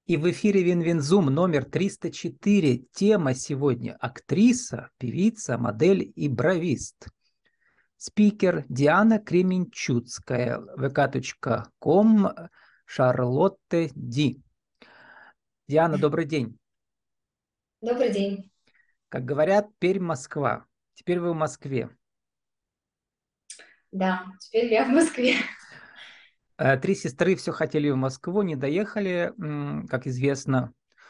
И в эфире Винвинзум номер 304. Тема сегодня – актриса, певица, модель и бровист. Спикер Диана Кременчуцкая, vk.com, Шарлотте Ди. Диана, добрый день. Добрый день. Как говорят, Пермь, Москва. Теперь вы в Москве. Да, теперь я в Москве. Три сестры все хотели в Москву, не доехали. Как известно,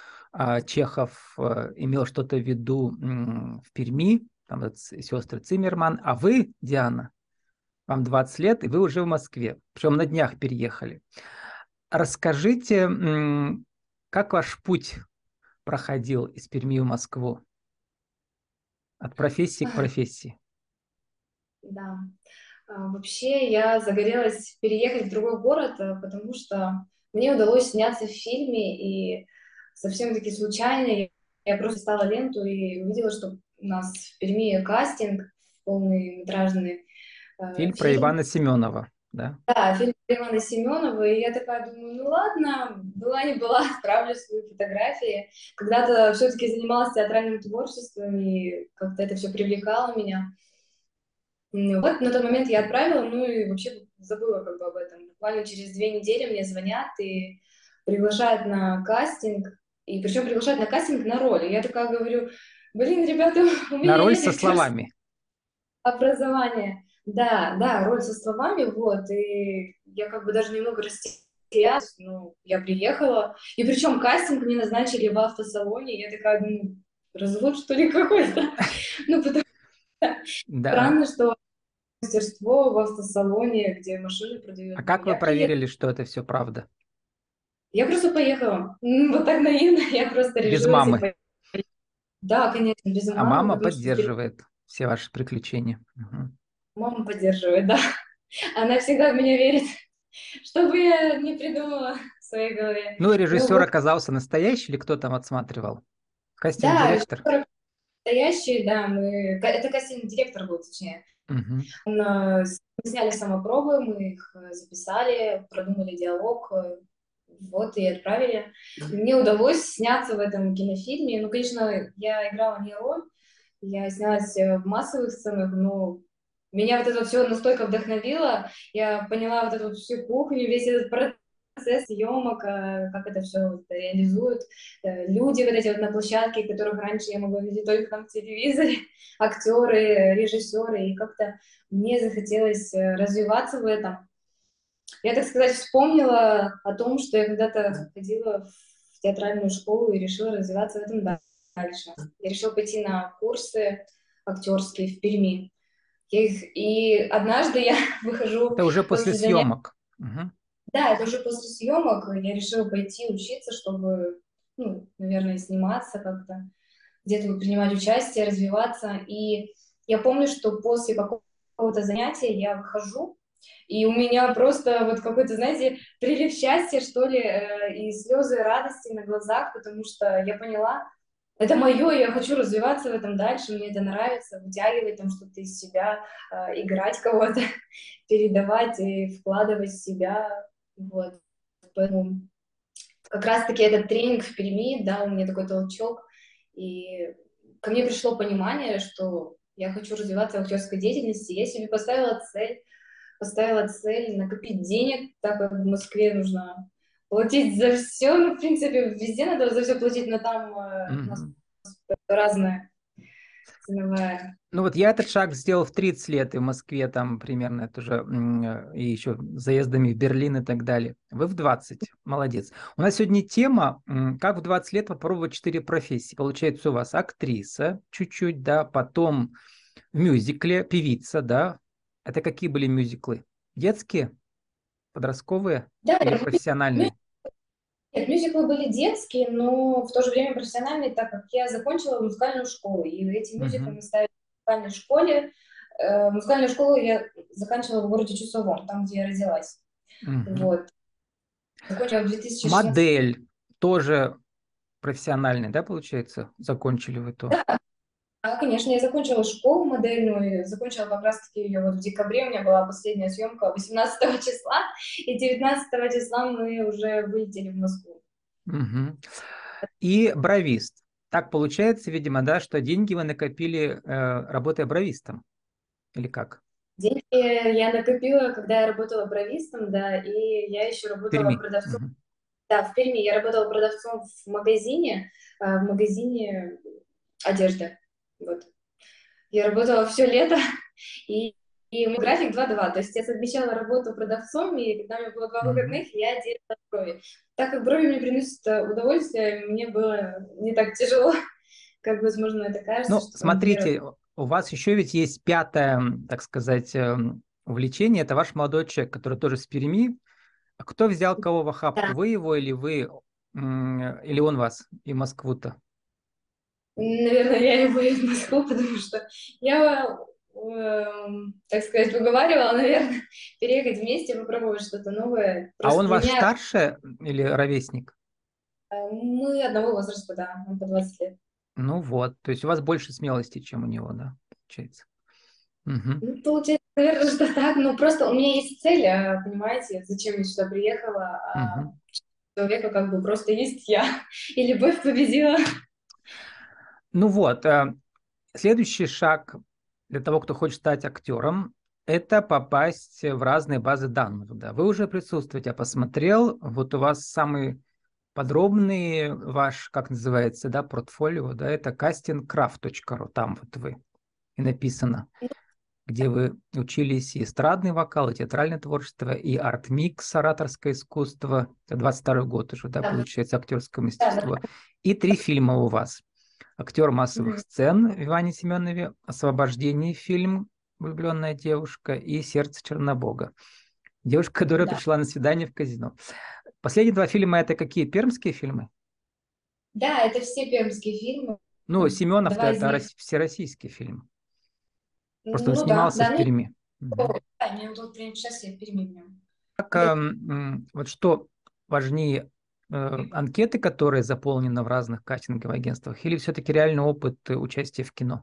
Чехов имел что-то в виду в Перми, там вот сестры Циммерман. А вы, Диана, вам 20 лет, и вы уже в Москве. Причем на днях переехали. Расскажите, как ваш путь проходил из Перми в Москву? От профессии к профессии. Да. Вообще я загорелась переехать в другой город, потому что мне удалось сняться в фильме, и совсем-таки случайно я просто стала ленту и увидела, что у нас в Перми кастинг, полнометражный Фильм про фильм. Ивана Семенова, да? Да, фильм про Ивана Семенова, и я такая думаю, ну ладно, была не была, отправлю свои фотографии. Когда-то все-таки занималась театральным творчеством, и как-то это все привлекало меня. Вот на тот момент я отправила, ну и вообще забыла как бы об этом. Буквально через 2 недели мне звонят и приглашают на кастинг, и причем приглашают на кастинг на роль. И я такая говорю, блин, ребята, у На меня роль нет со актерского словами. образования. Да, да, роль со словами, вот, и я как бы даже немного растерялась, ну, я приехала, и причем кастинг мне назначили в автосалоне, и я такая, ну, развод, что ли, какой-то? Ну, потому что Да. странно, что мастерство в автосалоне, где машины А продают. Ну, как вы я приехала. проверили, что это все правда? Я просто поехала. Вот так наивно. Я просто Без решилась и мамы. поехала. Да, конечно, без А мамы, мама потому что поддерживает все ваши приключения. Мгм. мама поддерживает, да. Она всегда в меня верит, что бы я не придумала в своей голове. Ну, и Ну режиссер вот, оказался настоящий или кто там отсматривал? да, Кастинг-директор? режиссер настоящий, да, это кастинг-директор был, точнее. Мгм. Мы сняли самопробы, мы их записали, продумали диалог, вот, и отправили. И мне удалось сняться в этом кинофильме. Ну, конечно, я играла не роль, я снялась в массовых сценах, но меня вот это все настолько вдохновило. Я поняла вот эту вот всю кухню, весь этот процесс съемок, как это все реализуют. Люди вот эти вот на площадке, которых раньше я могла видеть только там в телевизоре, актеры, режиссеры, и как-то мне захотелось развиваться в этом. Я, так сказать, вспомнила о том, что я когда-то ходила в театральную школу и решила развиваться в этом дальше. Я решила пойти на курсы актерские в Перми. И однажды я выхожу Это уже после после занятий. съемок. Мгм. Да, это уже после съемок. Я решила пойти учиться, чтобы, ну, наверное, сниматься как-то, где-то принимать участие, развиваться. И я помню, что после какого-то занятия я выхожу, и у меня просто вот какой-то, знаете, прилив счастья, что ли, и слезы радости на глазах, потому что я поняла, это мое, я хочу развиваться в этом дальше, мне это нравится, вытягивать там что-то из себя, играть кого-то, передавать и вкладывать в себя, вот. Поэтому как раз-таки этот тренинг в Перми дал мне такой толчок, и ко мне пришло понимание, что я хочу развиваться в актерской деятельности. Я себе поставила цель накопить денег, так как в Москве нужно платить за все. Ну, в принципе, везде надо за все платить, но там у нас Мгм. разная ценовая. Ну вот я этот шаг сделал в 30 лет, и в Москве там примерно это уже, и еще заездами в Берлин и так далее. Вы в 20, молодец. У нас сегодня тема, как в 20 лет попробовать 4 профессии. Получается у вас актриса чуть-чуть, да, потом в мюзикле, певица, да. Это какие были мюзиклы? Детские, подростковые Да, или профессиональные? нет, мюзиклы были детские, но в то же время профессиональные, так как я закончила музыкальную школу, и эти мюзиклы Мгм. мы ставили в музыкальной школе. Музыкальную школу я заканчивала в городе Чусовом, там, где я родилась. Мгм. Вот. Закончила в 2016. Модель тоже профессиональный, да, получается? Закончили вы то. Да, конечно, я закончила школу модельную, и закончила как раз-таки ее вот в декабре, у меня была последняя съемка 18 числа, и 19 числа мы уже вылетели в Москву. Мгм. И бровист. Так получается, видимо, да, что деньги вы накопили, работая бровистом, или как? Деньги я накопила, когда я работала бровистом, да, и я еще В работала Перми. продавцом. Мгм. Да, в Перми я работала продавцом в магазине одежды. Вот. Я работала все лето, и, и мой график 2-2. То есть я совмещала работу продавцом, и когда у меня было 2 выходных, Мгм. я делала брови. Так как брови мне приносят удовольствие, мне было не так тяжело, как, возможно, это кажется, Ну, что там первое. смотрите, у вас еще ведь есть пятое, так сказать, увлечение. Это ваш молодой человек, который тоже с Перми. А кто взял кого в охапку? Да, Вы его или вы, или он вас и Москву-то? наверное, я его и в Москву, потому что я, так сказать, уговаривала, наверное, переехать вместе, попробовать что-то новое. А Просто он для ваш меня старше или ровесник? мы одного возраста, да, он по 20 лет. Ну вот, то есть у вас больше смелости, чем у него, да, получается. Мгм. Ну, получается, наверное, что так, но просто у меня есть цель, понимаете, зачем я сюда приехала, Мгм. у человека как бы просто есть я, и любовь победила. Ну вот, следующий шаг для того, кто хочет стать актером, это попасть в разные базы данных. Да. Вы уже присутствуете, я посмотрел, вот у вас самый подробный ваш, как называется, да, портфолио, да, это castingcraft.ru, там вот вы и написано, где вы учились и эстрадный вокал, и театральное творчество, и арт-микс, ораторское искусство, это 22 год уже, да, Да, получается, актерское да, да. мастерство, и 3 фильма у вас. Актер массовых Мгм. сцен в Иване Семенове, «Освобождение» фильм «Влюбленная девушка» и «Сердце Чернобога». Девушка, которая Да. пришла на свидание в казино. Последние 2 фильма это какие? Пермские фильмы? Да, это все пермские фильмы. Ну, Семенов-то Два из это них. всероссийский фильм. Просто он Ну да, снимался да, в ну, Перми. Мгм. да, мне вот прямо сейчас я Перми в нем. Так, вот что важнее, анкеты, которые заполнены в разных кастинговых агентствах, или все-таки реальный опыт участия в кино?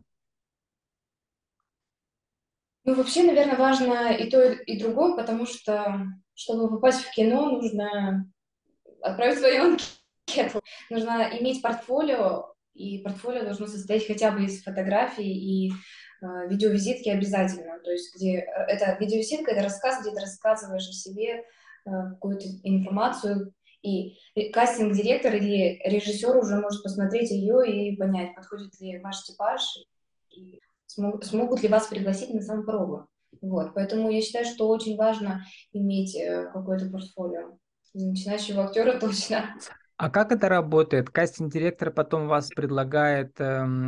Ну, вообще, наверное, важно и то, и другое, потому что, чтобы попасть в кино, нужно отправить свою анкету. Нужно иметь портфолио, и портфолио должно состоять хотя бы из фотографий и видеовизитки обязательно. То есть, где это видеовизитка, это рассказ, где ты рассказываешь о себе какую-то информацию, и кастинг-директор или режиссер уже может посмотреть ее и понять, подходит ли ваш типаж, и смогут ли вас пригласить на сам пробу. Вот, поэтому я считаю, что очень важно иметь какое-то портфолио. Для начинающего актера точно. А как это работает? Кастинг-директор потом вас предлагает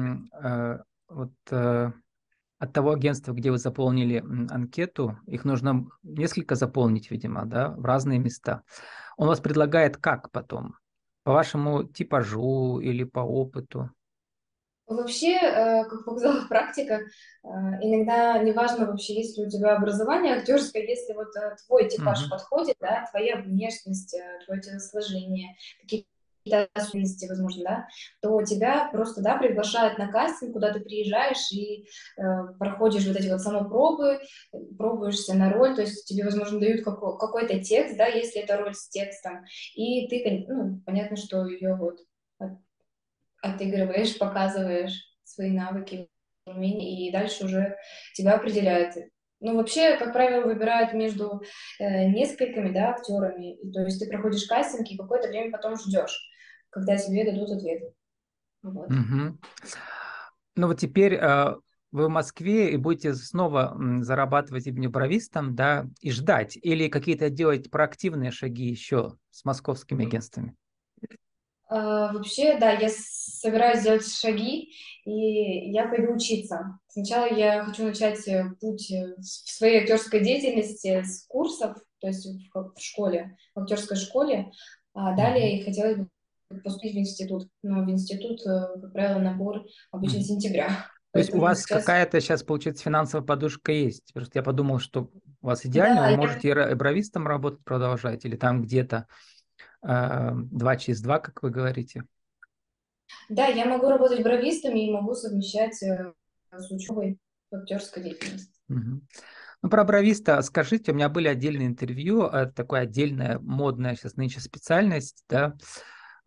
вот, от того агентства, где вы заполнили анкету, их нужно несколько заполнить, видимо, да, в разные места. Он вас предлагает как потом? По вашему типажу или по опыту? Вообще, как показала практика, иногда неважно вообще, есть ли у тебя образование актерское, если вот твой типаж Мгм. подходит, да, твоя внешность, твое телосложение, какие-то особенности, возможно, да, то тебя просто, да, приглашают на кастинг, куда ты приезжаешь и проходишь вот эти вот самопробы, пробуешься на роль, то есть тебе, возможно, дают какой-то текст, да, если это роль с текстом, и ты, ну, понятно, что ее вот отыгрываешь, показываешь свои навыки, умения, и дальше уже тебя определяют. Ну, вообще, как правило, выбирают между несколькими, да, актерами. И, то есть ты проходишь кастинг и какое-то время потом ждешь, когда тебе дадут ответ. Вот. Мгм. Ну вот теперь вы в Москве и будете снова зарабатывать именно бровистом, да, и ждать, или какие-то делать проактивные шаги еще с московскими агентствами? Вообще, да, я собираюсь сделать шаги, и я пойду учиться. Сначала я хочу начать путь в своей актерской деятельности с курсов, то есть в школе, в актерской школе, а Мгм. далее хотелось бы поступить в институт. Но в институт, как правило, набор обычно с Мгм. сентября. То есть у Поэтому вас сейчас... какая-то сейчас, получается, финансовая подушка есть? Просто я подумал, что у вас идеально, Да, вы я, можете и бровистом работать, продолжать, или там где-то 2 через 2, как вы говорите. да, я могу работать бровистами и могу совмещать с учебой в актерской деятельности. Мгм. Ну, про бровиста скажите, у меня были отдельные интервью, такая отдельная модная сейчас нынче специальность, да,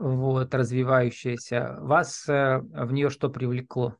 вот, развивающаяся. Вас в нее что привлекло?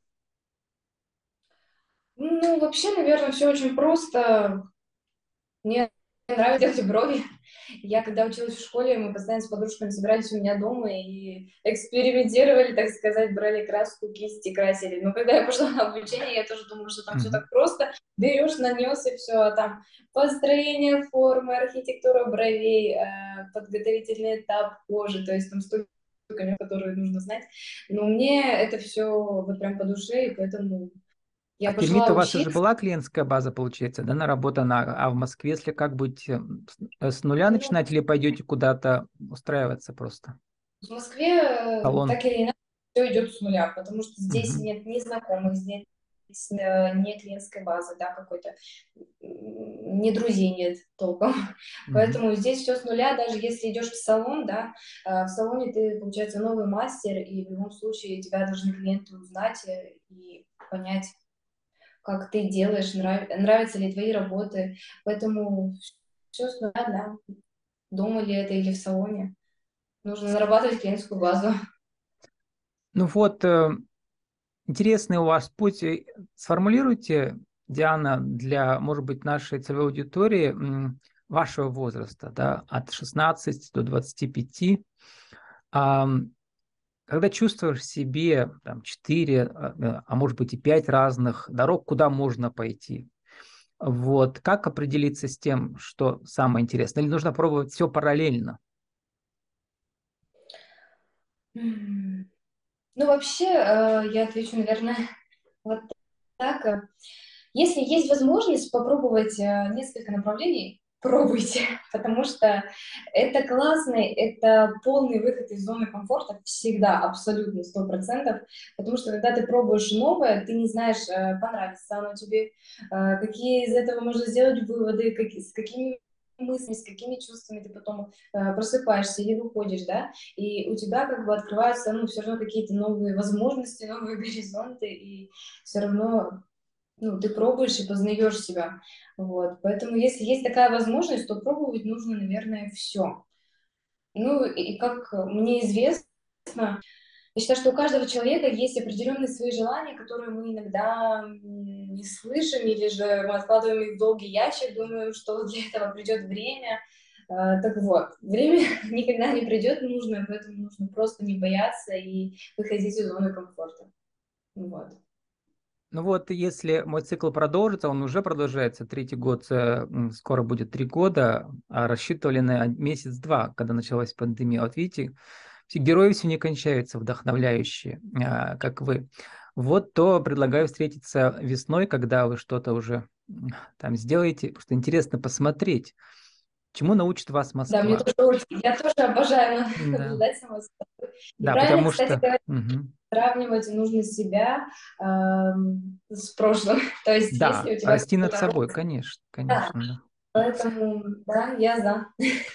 Ну, вообще, наверное, все очень просто. Мне нравится делать брови. Я когда училась в школе, мы постоянно с подружками собирались у меня дома и экспериментировали, так сказать, брали краску, кисти, красили. Но когда я пошла на обучение, я тоже думала, что там все Мгм. так просто. Берешь, нанес и все, а там построение формы, архитектура бровей, подготовительный этап кожи, то есть там столько, которые нужно знать. Но мне это все вот прям по душе, и поэтому А я в Перми-то пошла у вас уже учиться. была клиентская база, получается, да, наработана? А в Москве, если как быть, с нуля Ну, начинать или пойдете куда-то устраиваться просто? в Москве Салон? так или иначе все идет с нуля, потому что здесь Мгм. нет ни знакомых, здесь ни клиентской базы, да, какой-то, ни друзей нет толком. Мгм. Поэтому здесь все с нуля, даже если идешь в салон, да, в салоне ты, получается, новый мастер, и в любом случае тебя должны клиенты узнать и понять, как ты делаешь, нравятся ли твои работы. Поэтому все с нуля, да, дома ли это или в салоне. Нужно нарабатывать клиентскую базу. Ну вот, интересный у вас путь. Сформулируйте, Диана, для, может быть, нашей целевой аудитории вашего возраста, да, от 16 до 25. Ам, Когда чувствуешь в себе там, 4, а может быть и 5 разных дорог, куда можно пойти, вот, как определиться с тем, что самое интересное? Или нужно пробовать все параллельно? Ну, вообще, я отвечу, наверное, вот так. Если есть возможность попробовать несколько направлений, пробуйте, потому что это классный, это полный выход из зоны комфорта всегда, абсолютно, 100%, потому что когда ты пробуешь новое, ты не знаешь, понравится оно тебе, какие из этого можно сделать выводы, с какими мыслями, с какими чувствами ты потом просыпаешься или выходишь, да, и у тебя как бы открываются, ну, все равно какие-то новые возможности, новые горизонты, и все равно, ну, ты пробуешь и познаешь себя. Вот. Поэтому, если есть такая возможность, то пробовать нужно, наверное, все. Ну, и как мне известно, я считаю, что у каждого человека есть определенные свои желания, которые мы иногда не слышим, или же мы откладываем их в долгий ящик, думаем, что для этого придет время. Так вот, время никогда не придет нужно, поэтому нужно просто не бояться и выходить из зоны комфорта. Вот. Ну вот, если мой цикл продолжится, он уже продолжается, третий год, скоро будет 3 года, а рассчитывали на месяц-два, когда началась пандемия. Вот видите, все герои все не кончаются, вдохновляющие, как вы. Вот то предлагаю встретиться весной, когда вы что-то уже там сделаете, потому что интересно посмотреть, чему научит вас Да, мне Москва. тоже очень, я тоже обожаю Да, наблюдать само собой. И да, правильно, потому кстати что... говоря, Мгм. сравнивать нужно себя с прошлым. То есть, Да, если у тебя расти над какой-то собой, рост, конечно, да, конечно, да. поэтому, да, я за.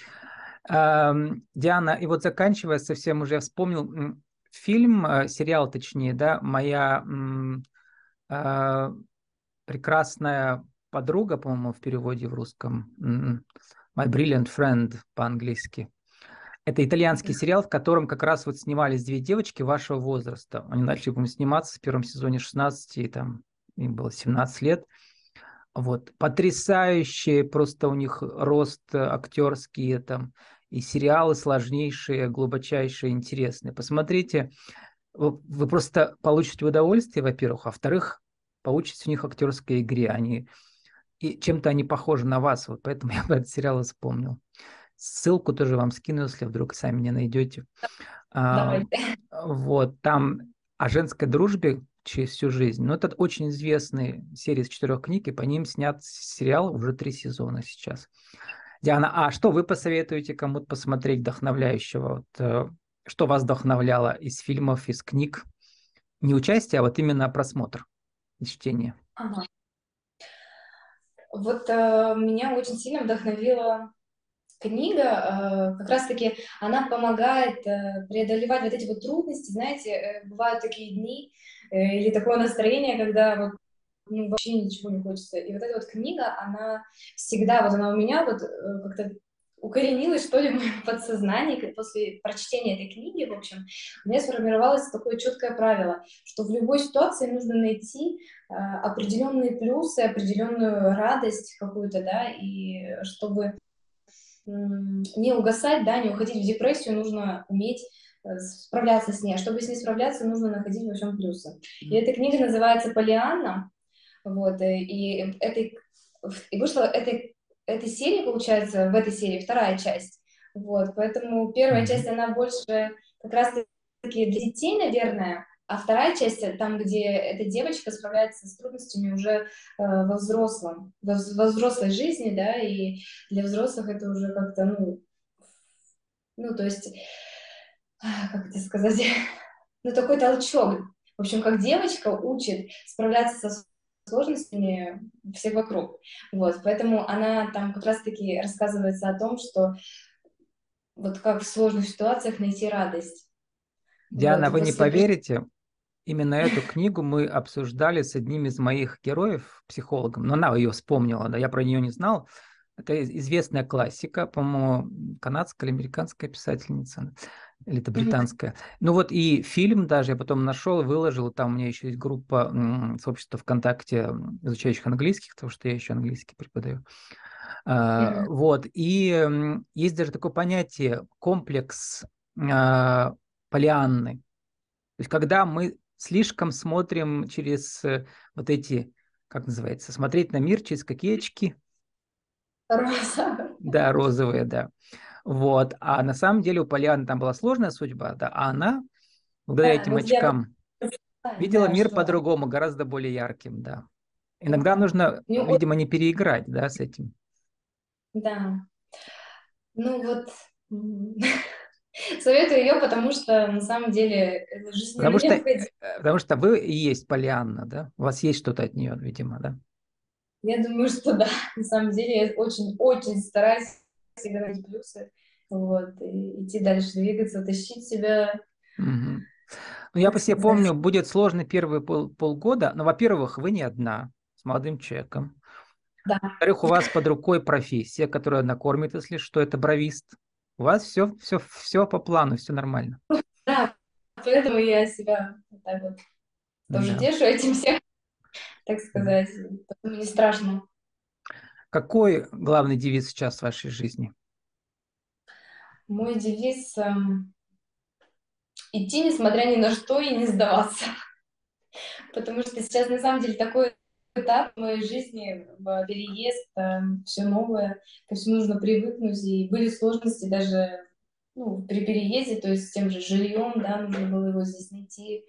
Диана, и вот заканчивая совсем уже, я вспомнил фильм, сериал точнее, да, «Моя а, прекрасная подруга», по-моему, в переводе в русском, «My Brilliant Friend» по-английски. Это итальянский сериал, в котором как раз вот снимались две девочки вашего возраста. Они начали, по-моему, сниматься в первом сезоне 16, и там им было 17 лет. Вот, потрясающие просто у них рост актерский, там, и сериалы сложнейшие, глубочайшие, интересные. Посмотрите, вы просто получите удовольствие, во-первых, а во-вторых, получите у них актерской игре. Они, и чем-то они похожи на вас, вот поэтому я про этот сериал и вспомнил. Ссылку тоже вам скину, если вдруг сами не найдете. А, Давайте. вот, там о женской дружбе через всю жизнь. Но это очень известные серии из 4 книг, и по ним снят сериал уже 3 сезона сейчас. Диана, а что вы посоветуете кому-то посмотреть вдохновляющего? Вот, что вас вдохновляло из фильмов, из книг? Не участие, а вот именно просмотр и чтение. Ага. Вот меня очень сильно вдохновила книга, как раз-таки она помогает преодолевать вот эти вот трудности, знаете, бывают такие дни или такое настроение, когда вот ну, вообще ничего не хочется. И вот эта вот книга, она всегда, вот она у меня вот как-то укоренилось, что ли, в моем подсознании после прочтения этой книги, в общем, у меня сформировалось такое четкое правило, что в любой ситуации нужно найти определенные плюсы, определенную радость какую-то, да, и чтобы не угасать, да, не уходить в депрессию, нужно уметь справляться с ней. А чтобы с ней справляться, нужно находить во всем плюсы. И эта книга называется «Поллианна». Вот, и вышла этой серии, получается, в этой серии вторая часть. Вот, поэтому первая часть, она больше как раз-таки для детей, наверное, а вторая часть, там, где эта девочка справляется с трудностями уже во взрослой жизни, да, и для взрослых это уже как-то, ну, то есть, как это сказать, ну, такой толчок. В общем, как девочка учит справляться со сложностями всех вокруг. Вот, поэтому она там как раз-таки рассказывается о том, что вот как в сложных ситуациях найти радость. Вот, Диана, и вы не после поверите, именно эту книгу мы обсуждали с одним из моих героев, психологом, но она ее вспомнила, да, я про нее не знал. Это известная классика, по-моему, канадская или американская писательница, или это британская. Ну вот и фильм даже я потом нашел и выложил, там у меня еще есть группа сообщества ВКонтакте изучающих английский, потому что я еще английский преподаю. Вот, и есть даже такое понятие комплекс Полианны. То есть когда мы слишком смотрим через вот эти, как называется, смотреть на мир через какие очки? Роза. Да, розовые, да. Вот. А на самом деле у Полианы там была сложная судьба, да, а она, благодаря Да, этим вот я очкам, знаю, видела да, мир что по-другому, гораздо более ярким, да. Иногда да. нужно, Мне видимо, не переиграть, да, с этим. да. Ну вот, м, советую ее, потому что на самом деле это жизненно Потому что, необходимо. потому что вы и есть Полианна, да? У вас есть что-то от нее, видимо, да? Я думаю, что да. На самом деле я очень-очень стараюсь всегда найти плюсы. Вот, и идти дальше, двигаться, тащить себя, Мгм. Ну, я так по себе сказать. помню, будет сложно первые полгода, но, во-первых, вы не одна, с молодым человеком. Да, Во-вторых, у вас под рукой профессия, которая накормит, если что, это бровист. У вас все по плану, все нормально. да, поэтому я себя вот так вот тоже Да. тешу этим всем, так сказать. Поэтому не страшно. Какой главный девиз сейчас в вашей жизни? Мой девиз идти, несмотря ни на что, и не сдаваться. Потому что сейчас, на самом деле, такой этап в моей жизни, переезд, все новое, ко всему нужно привыкнуть, и были сложности даже при переезде, то есть с тем же жильем, да, нужно было его здесь найти,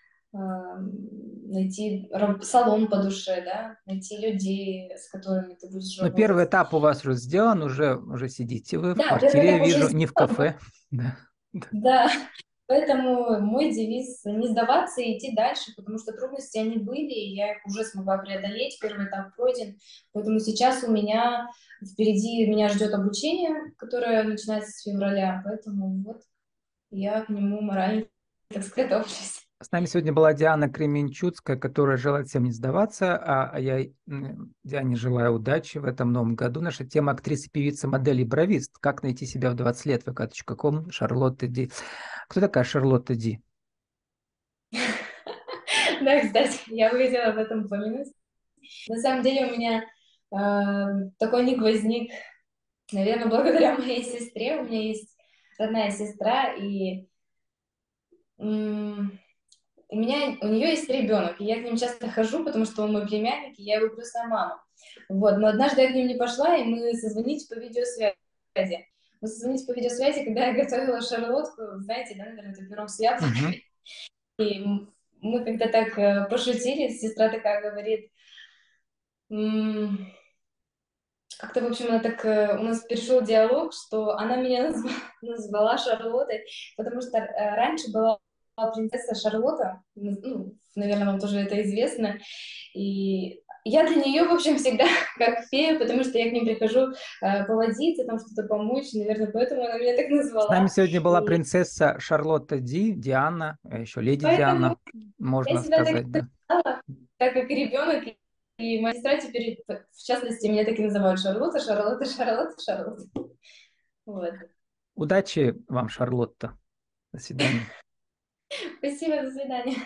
найти салон по душе, да, найти людей, с которыми ты будешь Ну, первый работать. этап у вас уже сделан, уже сидите вы в Да, первый квартире, я этап уже вижу, не в сделан, кафе. Да. Да. да, поэтому мой девиз — не сдаваться и идти дальше, потому что трудности, они были, и я их уже смогла преодолеть, первый этап пройден. Поэтому сейчас у меня впереди меня ждет обучение, которое начинается с февраля, поэтому вот я к нему морально, так сказать, готовлюсь. С нами сегодня была Диана Кременчуцкая, которая желает всем не сдаваться, а я Диане желаю удачи в этом новом году. Наша тема — актриса, певица, модель и бровист. Как найти себя в 20 лет? vk.com, Шарлотта Ди. Кто такая Шарлотта Ди? Да, кстати, я бы хотела об этом упомянуть. На самом деле у меня такой ник возник, наверное, благодаря моей сестре. У меня есть родная сестра, и у нее есть ребенок, и я к ним часто хожу, потому что он мой племянник, и я его крестная мама. Вот, но однажды я к ним не пошла, и мы созвонились по видеосвязи. Мы созвонились по видеосвязи, когда я готовила шарлотку, знаете, да, наверное, это пирог с Мгм. яблоками. И мы когда так пошутили, сестра такая говорит, м, как-то, в общем, она так, у нас перешел диалог, что она меня назвала Шарлоттой, потому что раньше была принцесса Шарлотта, наверное, вам тоже это известно, и я для нее, в общем, всегда как фея, потому что я к ним прихожу поводиться, там что-то помочь, наверное, поэтому она меня так С нами назвала. сегодня была И принцесса Шарлотта Ди, Диана, а еще леди поэтому Диана, я можно себя так сказать, и да. называла, так как ребенок, и моя сестра теперь, в частности, меня так и называют Шарлотта, Шарлотта, Шарлотта, Шарлотта. Вот. Удачи вам, Шарлотта. До свидания. Спасибо, до свидания.